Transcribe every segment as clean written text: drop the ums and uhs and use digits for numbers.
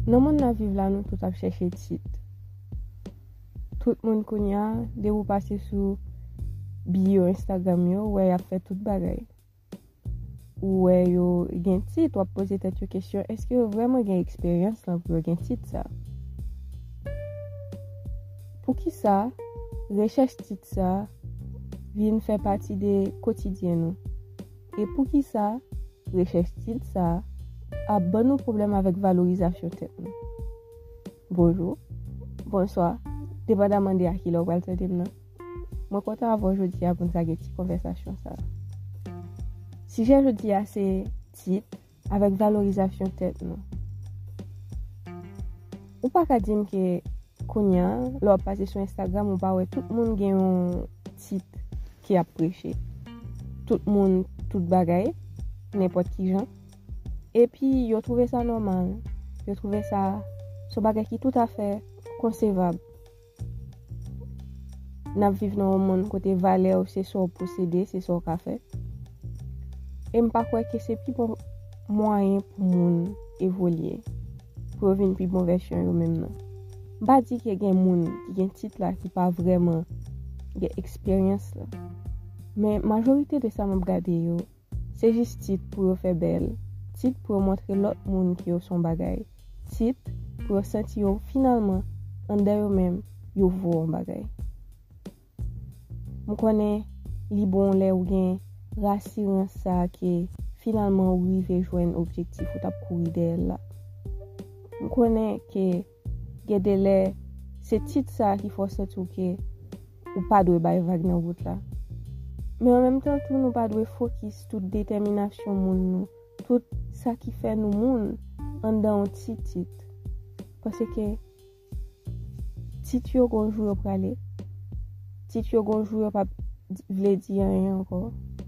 Dans le monde qui vivre là, nous tout à chercher titre. Tout le monde connaît, de vous passer sur bio Instagram, ouais, a fait toute bagaille. Ou ouais, yo gen titre, ou poser cette question, est-ce que vraiment gen expérience là pour gen titre ça? Pour qui ça, recherche titre ça, vient faire partie des quotidiens nous. Et pour qui ça, recherche titre ça, a bon problème avec valorisation tête nous. Bonjour, bonsoir, dépendamment de à qui l'on va le traiter maintenant. Moi, content avant aujourd'hui pour nous avoir une petite conversation ça. Si j'ai aujourd'hui assez titre avec valorisation tête nous. Ou pas qu'à dire que Konya, lors passer sur Instagram, on pas ouais tout le monde gagne un titre qui a prêché. Tout le monde tout bagaille, n'importe qui gens. Et puis yo trouvé ça normal. Yo trouvé ça ce bagage qui tout à fait concevable. N'a vivre dans un monde côté valeur, c'est ça posséder, c'est ça qu'a fait. Et m'pas croire que c'est plus bon moyen pour moun évoluer. Pour venir plus bon version yo même non. Pas dire qu'il y a des gens qui ont un titre là qui pas vraiment de expérience là. Mais majorité de ça m'a regardé yo, c'est juste titre pour faire belle, titre pour montrer l'autre monde qui ont son bagage, titre pour sentir finalement en dedans même yo vaut un bagage. Je connais li bon lè ou gen rassurance ça que finalement ou rive joindre objectif ou t'a courir d'elle là. Je connais que gade c'est titre ça qui faut sentir que ou pas doit bay vague dans route là. Mais en même temps tout nous pas doit focus toute détermination moun nous, tout ça qui fait nous moun en dans titre. Parce que titre yo gon jour pour aller. Titre yo gon jour pas vle dire rien encore.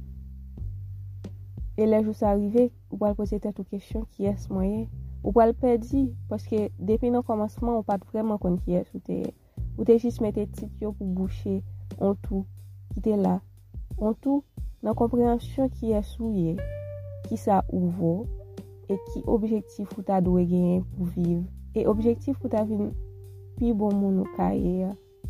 Et les jours ça arrivé, ou pas poser tête aux questions qui est moyen. Ou pas le perdre parce que depuis le commencement on pas vraiment connait qui est ou t'es juste mettre titre pour boucher en tout qui était là en tout dans compréhension qui est souillé qui ça ouvre et qui objectif ou ta doit gagner pour vivre et objectif ou ta vivre plus bon monde cahier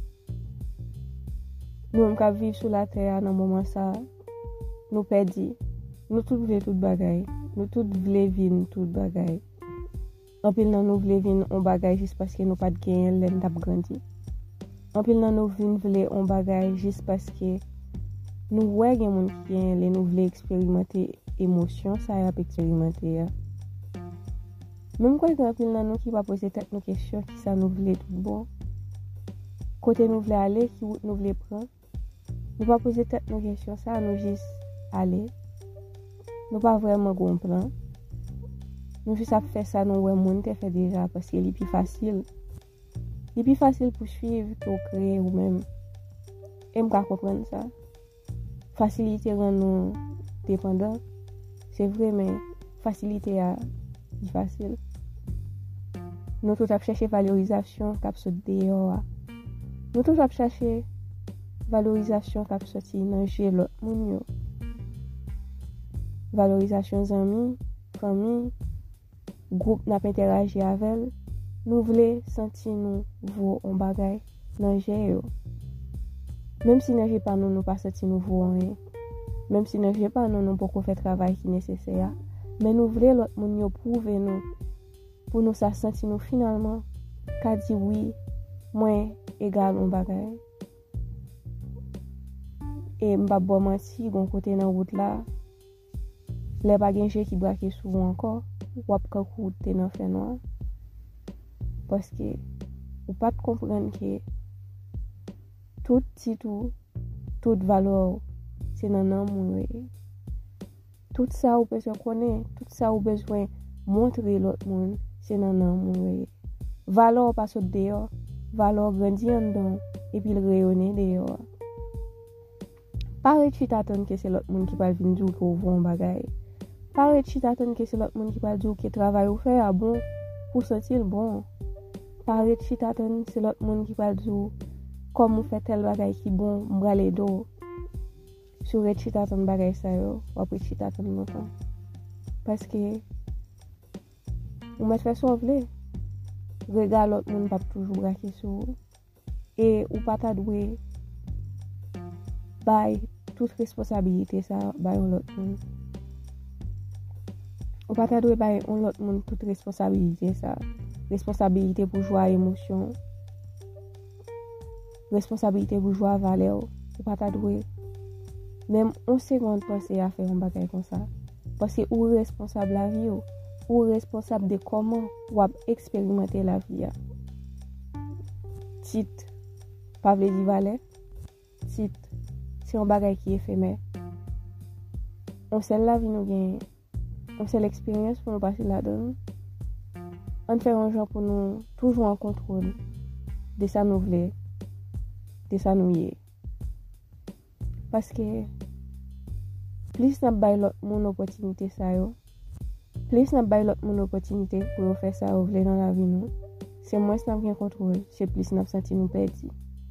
nous on vivre sur la terre dans moment ça nous perdit nous tout voulons tout bagaille nous tout voulons vivre tout bagaille. En pile nan nou vle vin on bagay juste parce que nous pas de gain l'en t'a grandi. En pile nan nou vle on bagay juste parce que nous ouais gen moun qui gain les nou vle expérimenter émotion ça y a expérimenter. Même quoi en pile nan nou qui pas poser tête nos questions qui ça nous vle tout bon. Côté nous vle aller qui nous vle prendre. Nous pas poser tête nos questions ça nous juste aller. Nous pas vraiment comprendre. Nous juste faire ça nous ouais monde fait déjà parce que c'est plus facile. C'est plus facile pour suivre que créer ou même et me comprendre ça. Facilité rend nous dépendants. C'est vrai mais facilité est facile. Nous tout chercher valorisation cap sorti dehors. Nous tout chercher valorisation cap sorti dans chez l'autre moun yo. Valorisation amis, famille groupe n'a pas interagi avec nous voulons sentir nous vaut en bagay dans yo même si n'a pas nous pas sentir nous vaut rien même si n'a pas nous pas faire travail qui nécessaire mais nous voulons l'autre monde yo prouver nous pour nous ça sentir nous finalement qu'a dit oui moi égal en bagay et m'pa bon menti gon côté dans route là les bagages qui braquer souvent encore ou ap kakou te nan fait noir parce que ou pas comprendre que tout titre toute valeur c'est nan nan moun tout ça ou besoin connaître tout ça ou besoin montrer l'autre monde c'est nan nan moun valeur pas saute dehors valeur grandit en dedans et puis le rayonner dehors pas tu t'attendre que c'est l'autre monde qui va venir dire qu'on vend bagaille. Pas tu t'attends que c'est l'autre monde qui va dire que travail ou fait bon pour sentir bon. Pas tu t'attends c'est l'autre monde qui va dire comme on fait tel bagay qui bon m'rale do. Sur tu t'attends bagay ça yo, ou après tu t'attends longtemps. Parce que on m'a fait sauver. Regarde l'autre monde pas toujours braquer sur et ou pas ta doué bay toute responsabilité ça bay l'autre monde. Ou pas ta doué bay l'autre monde toute responsabilité ça. Responsabilité pour jouer émotion. Responsabilité pour jouer valeur. Ou pas ta doué même on seconde penser à faire un bagage comme ça parce que ou responsable la vie ou responsable de comment ou expérimenter la vie. Titre pas veut dire valeur. Titre c'est un bagage qui est éphémère. On sait la vie nous gagne. On sait l'expérience pour nous passer là-dedans. On fait un genre pour nous toujours en contrôle de ça nous voulons, de ça nous y est. Parce que plus n'a pas l'autre mon opportunité ça yo, plus n'a pas l'autre mon opportunité pour faire ça ou dans la vie nous, c'est moins n'a bien contrôle, c'est plus n'a senti nous perdre.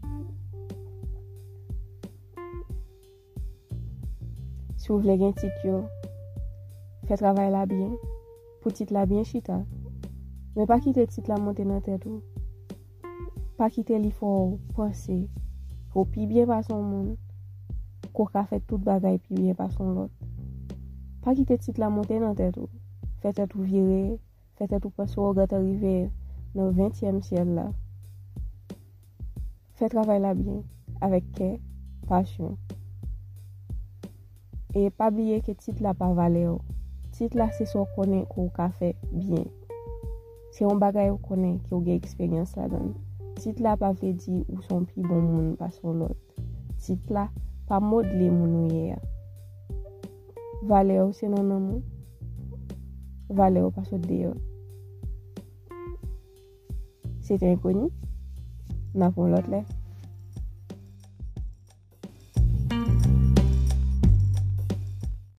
Si vous voulez gagner titre, fait travail là bien, pour titre là bien chita. Mais pas quitter titre là monter dans tête ou. Pas quitter l'effort penser, faut pi bien par son monde. Qu'on a fait toute bagaille puis bien par son l'autre. Pas quitter titre la monter dans tête ou. Fait tout virer, fait tout penser au gars arrivé dans le 20e ciel là. Fait travail là bien avec cœur, passion. Et pas oublier que titre là pas valeur. Titre là c'est ce qu'on connaît qu'on a fait bien. C'est un bagaille qu'on connaît qui a une expérience là-dedans. Titre là pas veut dire ou son plus bon monde par son l'autre. Titre là pas modeler mon hier. Valeur c'est non amour. Valeur pas se dire. C'était inconnu. N'a pas l'autre là.